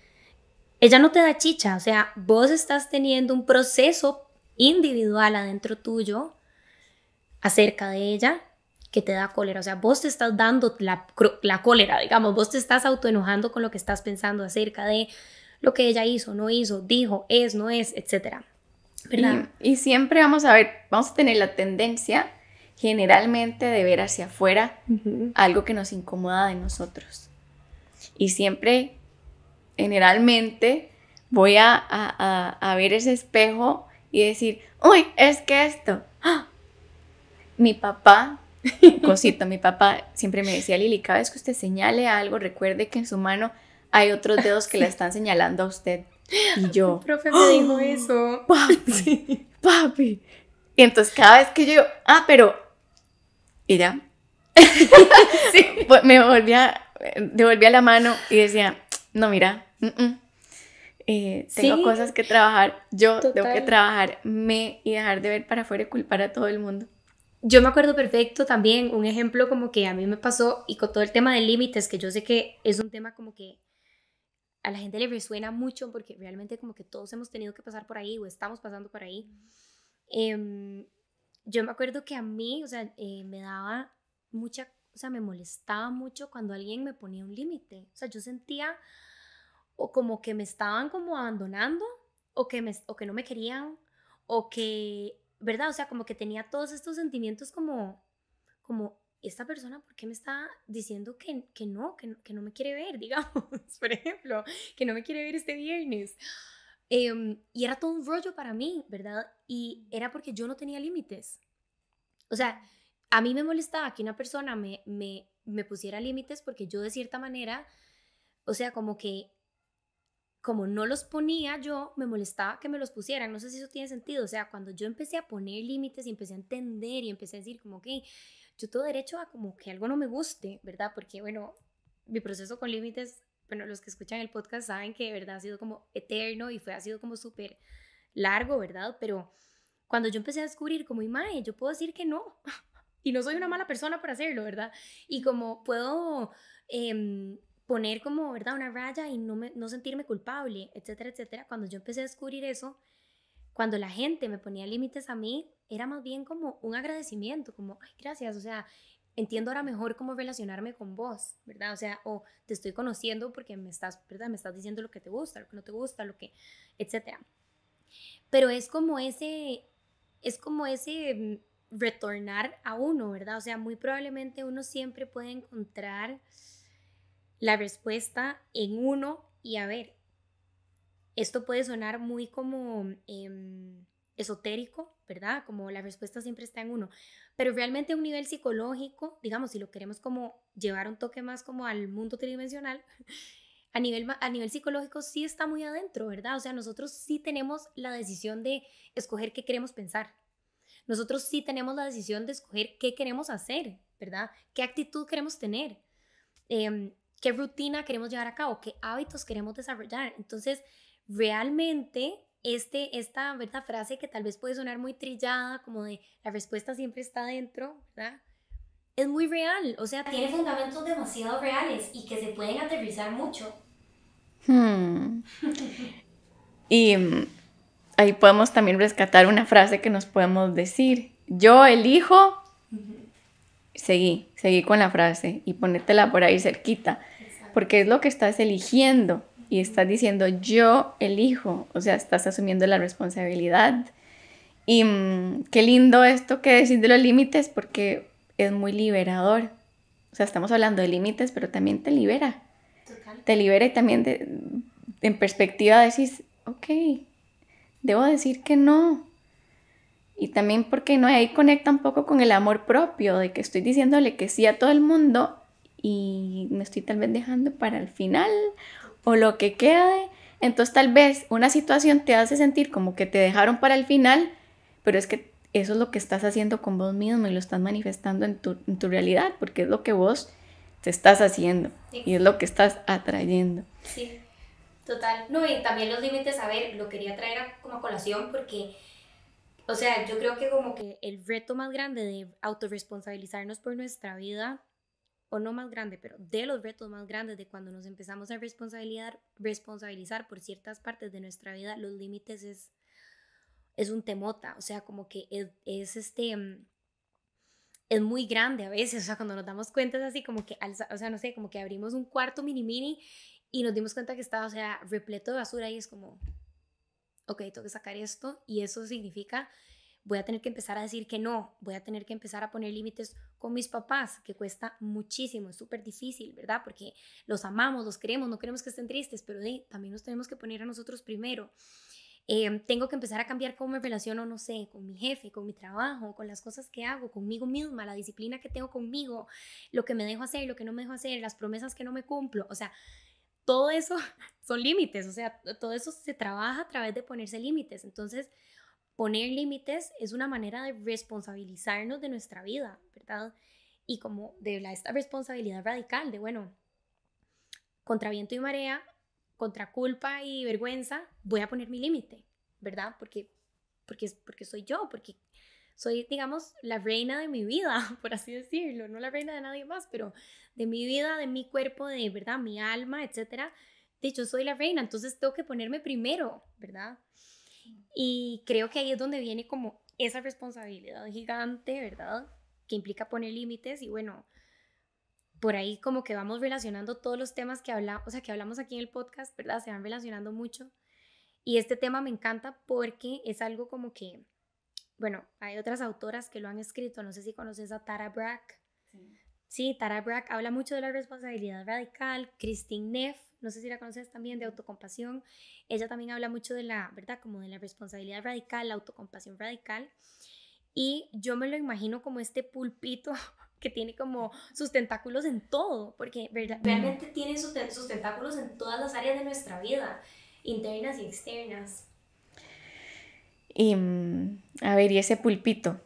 S2: no te da chicha, o sea, vos estás teniendo un proceso individual adentro tuyo acerca de ella que te da cólera, o sea, vos te estás dando la cólera, digamos, vos te estás autoenojando con lo que estás pensando acerca de lo que ella hizo, no hizo, dijo, es, no es, etcétera, ¿verdad?
S1: Y siempre vamos a tener la tendencia generalmente de ver hacia afuera algo que nos incomoda de nosotros. Y siempre, generalmente, voy a ver ese espejo y decir, uy, es que esto. ¡Ah! Mi papá siempre me decía, Lili, cada vez que usted señale algo, recuerde que en su mano hay otros dedos que la están señalando a usted. Y yo,
S2: el profe me dijo eso.
S1: Papi. Y entonces cada vez que yo, pero... Y ya. Sí. Pues me devolvía la mano y decía, no, mira, tengo cosas que trabajar, yo tengo que trabajarme y dejar de ver para afuera y culpar a todo el mundo.
S2: Yo me acuerdo perfecto también, un ejemplo como que a mí me pasó y con todo el tema de límites, que yo sé que es un tema como que a la gente le resuena mucho porque realmente como que todos hemos tenido que pasar por ahí o estamos pasando por ahí. Yo me acuerdo que a mí, o sea, me daba mucha, o sea, me molestaba mucho cuando alguien me ponía un límite. O sea, yo sentía o como que me estaban como abandonando o que no me querían o que, ¿verdad? O sea, como que tenía todos estos sentimientos como esta persona, ¿por qué me está diciendo que no me quiere ver, digamos, por ejemplo, que no me quiere ver este viernes? Y era todo un rollo para mí, ¿verdad? Y era porque yo no tenía límites. O sea, a mí me molestaba que una persona me pusiera límites porque yo de cierta manera, o sea, como no los ponía yo, me molestaba que me los pusieran. No sé si eso tiene sentido. O sea, cuando yo empecé a poner límites y empecé a entender y empecé a decir como que yo tengo derecho a como que algo no me guste, ¿verdad? Porque, bueno, mi proceso con límites, bueno, los que escuchan el podcast saben que de verdad ha sido como eterno y ha sido como súper largo, ¿verdad? Pero cuando yo empecé a descubrir como, imagen, yo puedo decir que no. Y no soy una mala persona por hacerlo, ¿verdad? Y como puedo poner como, ¿verdad? Una raya y no sentirme culpable, etcétera, etcétera. Cuando yo empecé a descubrir eso, cuando la gente me ponía límites a mí, era más bien como un agradecimiento, como, ay, gracias, o sea, entiendo ahora mejor cómo relacionarme con vos, ¿verdad? O sea, o te estoy conociendo porque me estás, ¿verdad? Me estás diciendo lo que te gusta, lo que no te gusta, lo que, etcétera. Pero es como ese retornar a uno, ¿verdad? O sea, muy probablemente uno siempre puede encontrar la respuesta en uno y a ver, esto puede sonar muy como esotérico, ¿verdad? Como la respuesta siempre está en uno, pero realmente a un nivel psicológico, digamos, si lo queremos como llevar un toque más como al mundo tridimensional, a nivel psicológico sí está muy adentro, ¿verdad? O sea, nosotros sí tenemos la decisión de escoger qué queremos pensar. Nosotros sí tenemos la decisión de escoger qué queremos hacer, ¿verdad? ¿Qué actitud queremos tener? ¿Qué rutina queremos llevar a cabo? ¿Qué hábitos queremos desarrollar? Entonces, realmente esta ¿verdad? Frase que tal vez puede sonar muy trillada, como de la respuesta siempre está dentro, ¿verdad? Es muy real, o sea, tiene fundamentos demasiado reales y que se pueden aterrizar mucho.
S1: Y ahí podemos también rescatar una frase que nos podemos decir. Yo elijo, seguí con la frase y ponétela por ahí cerquita, porque es lo que estás eligiendo y estás diciendo yo elijo, o sea, estás asumiendo la responsabilidad. Y qué lindo esto que decís de los límites, porque es muy liberador. O sea, estamos hablando de límites, pero también te libera.
S2: Total.
S1: Te libera y también en perspectiva decís, ok, debo decir que no. Y también porque no, ahí conecta un poco con el amor propio, de que estoy diciéndole que sí a todo el mundo y me estoy tal vez dejando para el final o lo que quede. Entonces tal vez una situación te hace sentir como que te dejaron para el final, pero es que eso es lo que estás haciendo con vos mismo y lo estás manifestando en tu realidad, porque es lo que vos te estás haciendo y es lo que estás atrayendo.
S2: Sí, total. No, y también los límites, a ver, lo quería traer como a colación porque, o sea, yo creo que como que el reto más grande de autorresponsabilizarnos por nuestra vida, o no más grande, pero de los retos más grandes de cuando nos empezamos a responsabilizar por ciertas partes de nuestra vida, los límites es un temota, o sea, como que es muy grande a veces, o sea, cuando nos damos cuenta es así como que, o sea, no sé, como que abrimos un cuarto mini y nos dimos cuenta que estaba, o sea, repleto de basura y es como, ok, tengo que sacar esto y eso significa, voy a tener que empezar a decir que no, voy a tener que empezar a poner límites con mis papás, que cuesta muchísimo, es súper difícil, ¿verdad? Porque los amamos, los queremos, no queremos que estén tristes, pero también nos tenemos que poner a nosotros primero. Tengo que empezar a cambiar cómo me relaciono, no sé, con mi jefe, con mi trabajo, con las cosas que hago, conmigo misma, la disciplina que tengo conmigo, lo que me dejo hacer, lo que no me dejo hacer, las promesas que no me cumplo, o sea, todo eso son límites, o sea, todo eso se trabaja a través de ponerse límites. Entonces, poner límites es una manera de responsabilizarnos de nuestra vida, ¿verdad? Y como de esta responsabilidad radical de, bueno, contra viento y marea, contra culpa y vergüenza, voy a poner mi límite, ¿verdad? Porque soy yo, porque soy, digamos, la reina de mi vida, por así decirlo, no la reina de nadie más, pero de mi vida, de mi cuerpo, de verdad, mi alma, etcétera. De hecho, soy la reina, entonces tengo que ponerme primero, ¿verdad? Y creo que ahí es donde viene como esa responsabilidad gigante, ¿verdad? Que implica poner límites y bueno, por ahí como que vamos relacionando todos los temas que hablamos, o sea, que hablamos aquí en el podcast, ¿verdad? Se van relacionando mucho. Y este tema me encanta porque es algo como que, bueno, hay otras autoras que lo han escrito, no sé si conoces a Tara Brach. Sí, Tara Brach habla mucho de la responsabilidad radical. Christine Neff, no sé si la conoces también, de autocompasión. Ella también habla mucho de la, ¿verdad? Como de la responsabilidad radical, la autocompasión radical. Y yo me lo imagino como este pulpito que tiene como sus tentáculos en todo, porque realmente tiene sus tentáculos en todas las áreas de nuestra vida, internas y externas.
S1: Y a ver, y ese pulpito,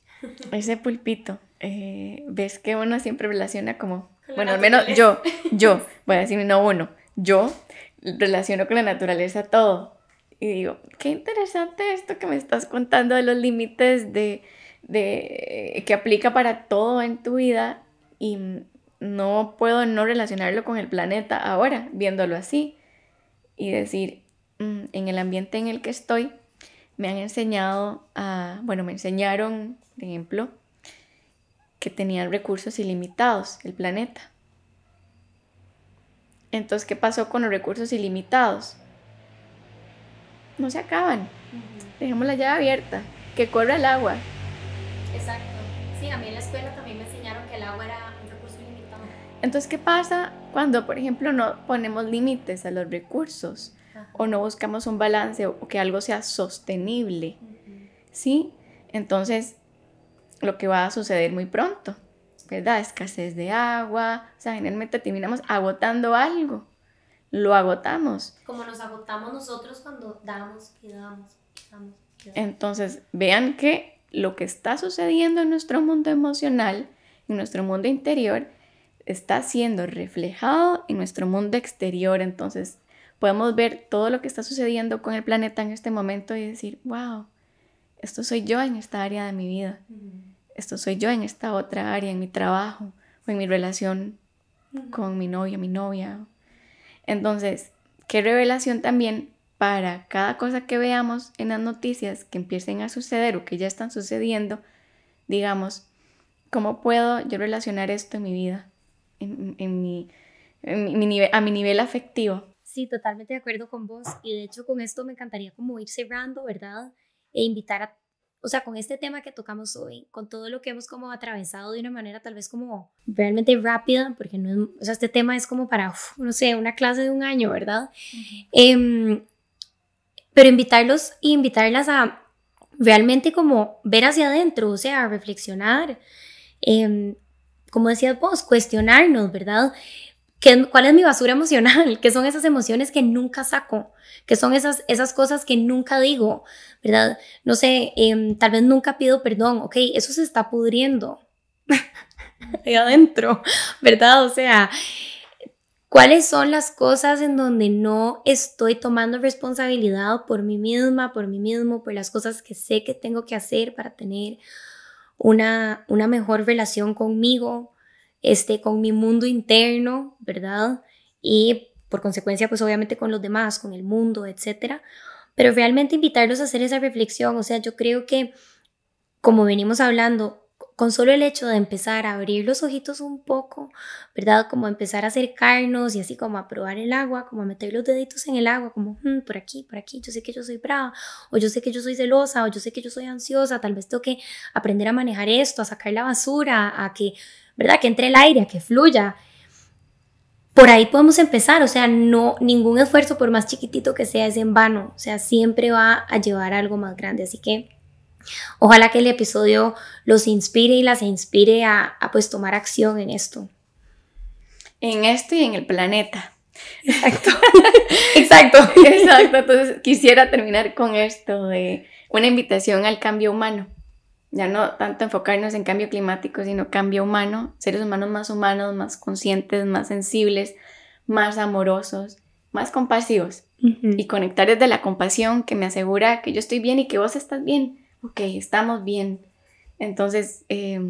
S1: ves que uno siempre relaciona como, bueno, al menos yo, voy a decir no uno, yo relaciono con la naturaleza todo. Y digo, qué interesante esto que me estás contando de los límites que aplica para todo en tu vida y no puedo no relacionarlo con el planeta ahora, viéndolo así y decir, en el ambiente en el que estoy, me han enseñado me enseñaron, por ejemplo, que tenían recursos ilimitados, el planeta. Entonces, ¿qué pasó con los recursos ilimitados? No se acaban. Dejemos la llave abierta, que corra el agua.
S2: Exacto. Sí, a mí en la escuela también me enseñaron que el agua era un recurso ilimitado.
S1: Entonces, ¿qué pasa cuando, por ejemplo, no ponemos límites a los recursos? Ajá. O no buscamos un balance o que algo sea sostenible? ¿Sí? Entonces, lo que va a suceder muy pronto, ¿verdad? Escasez de agua, o sea, generalmente terminamos agotando algo, lo agotamos.
S2: Como nos agotamos nosotros cuando damos y damos.
S1: Entonces, vean que lo que está sucediendo en nuestro mundo emocional, en nuestro mundo interior, está siendo reflejado en nuestro mundo exterior. Entonces, podemos ver todo lo que está sucediendo con el planeta en este momento y decir, wow, esto soy yo en esta área de mi vida. Esto soy yo en esta otra área, en mi trabajo o en mi relación con mi novio, mi novia. Entonces, qué revelación también para cada cosa que veamos en las noticias que empiecen a suceder o que ya están sucediendo, digamos, ¿cómo puedo yo relacionar esto en mi vida, a mi nivel afectivo?
S2: Sí, totalmente de acuerdo con vos. Y de hecho con esto me encantaría como ir cerrando, ¿verdad? E invitar a, o sea, con este tema que tocamos hoy, con todo lo que hemos como atravesado de una manera tal vez como realmente rápida, porque no es, o sea, este tema es como para, no sé, una clase de un año, ¿verdad? Pero invitarlos y invitarlas a realmente como ver hacia adentro, o sea, a reflexionar, como decías vos, cuestionarnos, ¿verdad? ¿Cuál es mi basura emocional? ¿Qué son esas emociones que nunca saco? ¿Qué son esas cosas que nunca digo? ¿Verdad? No sé, tal vez nunca pido perdón. Ok, eso se está pudriendo ahí adentro, ¿verdad? O sea, ¿cuáles son las cosas en donde no estoy tomando responsabilidad por mí misma, por mí mismo, por las cosas que sé que tengo que hacer para tener una mejor relación conmigo, con mi mundo interno, ¿verdad? Y por consecuencia, pues obviamente con los demás, con el mundo, etcétera. Pero realmente invitarlos a hacer esa reflexión. O sea, yo creo que, como venimos hablando, con solo el hecho de empezar a abrir los ojitos un poco, ¿verdad? Como empezar a acercarnos y así como a probar el agua, como a meter los deditos en el agua, como por aquí, yo sé que yo soy brava, o yo sé que yo soy celosa, o yo sé que yo soy ansiosa, tal vez tengo que aprender a manejar esto, a sacar la basura, a que, ¿verdad? Que entre el aire, a que fluya. Por ahí podemos empezar, o sea, no, ningún esfuerzo, por más chiquitito que sea, es en vano, o sea, siempre va a llevar a algo más grande, así que ojalá que el episodio los inspire y las inspire a pues tomar acción en esto.
S1: En esto y en el planeta.
S2: Exacto. Exacto.
S1: Exacto. Entonces quisiera terminar con esto de una invitación al cambio humano. Ya no tanto enfocarnos en cambio climático, sino cambio humano. Seres humanos, más conscientes, más sensibles, más amorosos, más compasivos. Y conectar desde la compasión que me asegura que yo estoy bien y que vos estás bien. Ok, estamos bien. Entonces,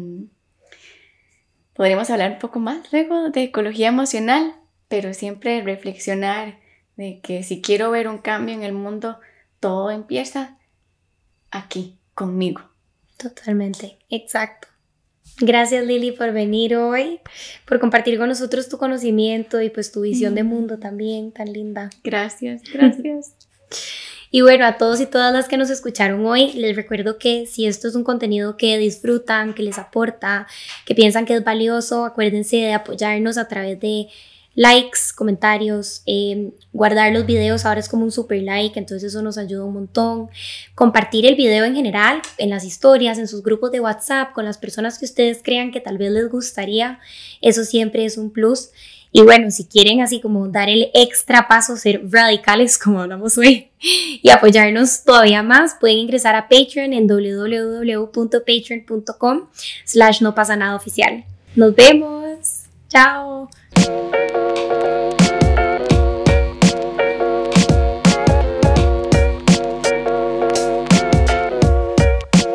S1: podríamos hablar un poco más luego de ecología emocional, pero siempre reflexionar de que si quiero ver un cambio en el mundo, todo empieza aquí, conmigo.
S2: Totalmente, exacto. Gracias, Lili, por venir hoy, por compartir con nosotros tu conocimiento y pues tu visión de mundo también tan linda.
S1: Gracias, gracias.
S2: Y bueno, a todos y todas las que nos escucharon hoy, les recuerdo que si esto es un contenido que disfrutan, que les aporta, que piensan que es valioso, acuérdense de apoyarnos a través de likes, comentarios, guardar los videos, ahora es como un super like, entonces eso nos ayuda un montón. Compartir el video en general, en las historias, en sus grupos de WhatsApp, con las personas que ustedes crean que tal vez les gustaría, eso siempre es un plus. Y bueno, si quieren así como dar el extra paso, ser radicales como hablamos hoy y apoyarnos todavía más, pueden ingresar a Patreon en www.patreon.com/nopasanadaoficial. Nos vemos. Chao.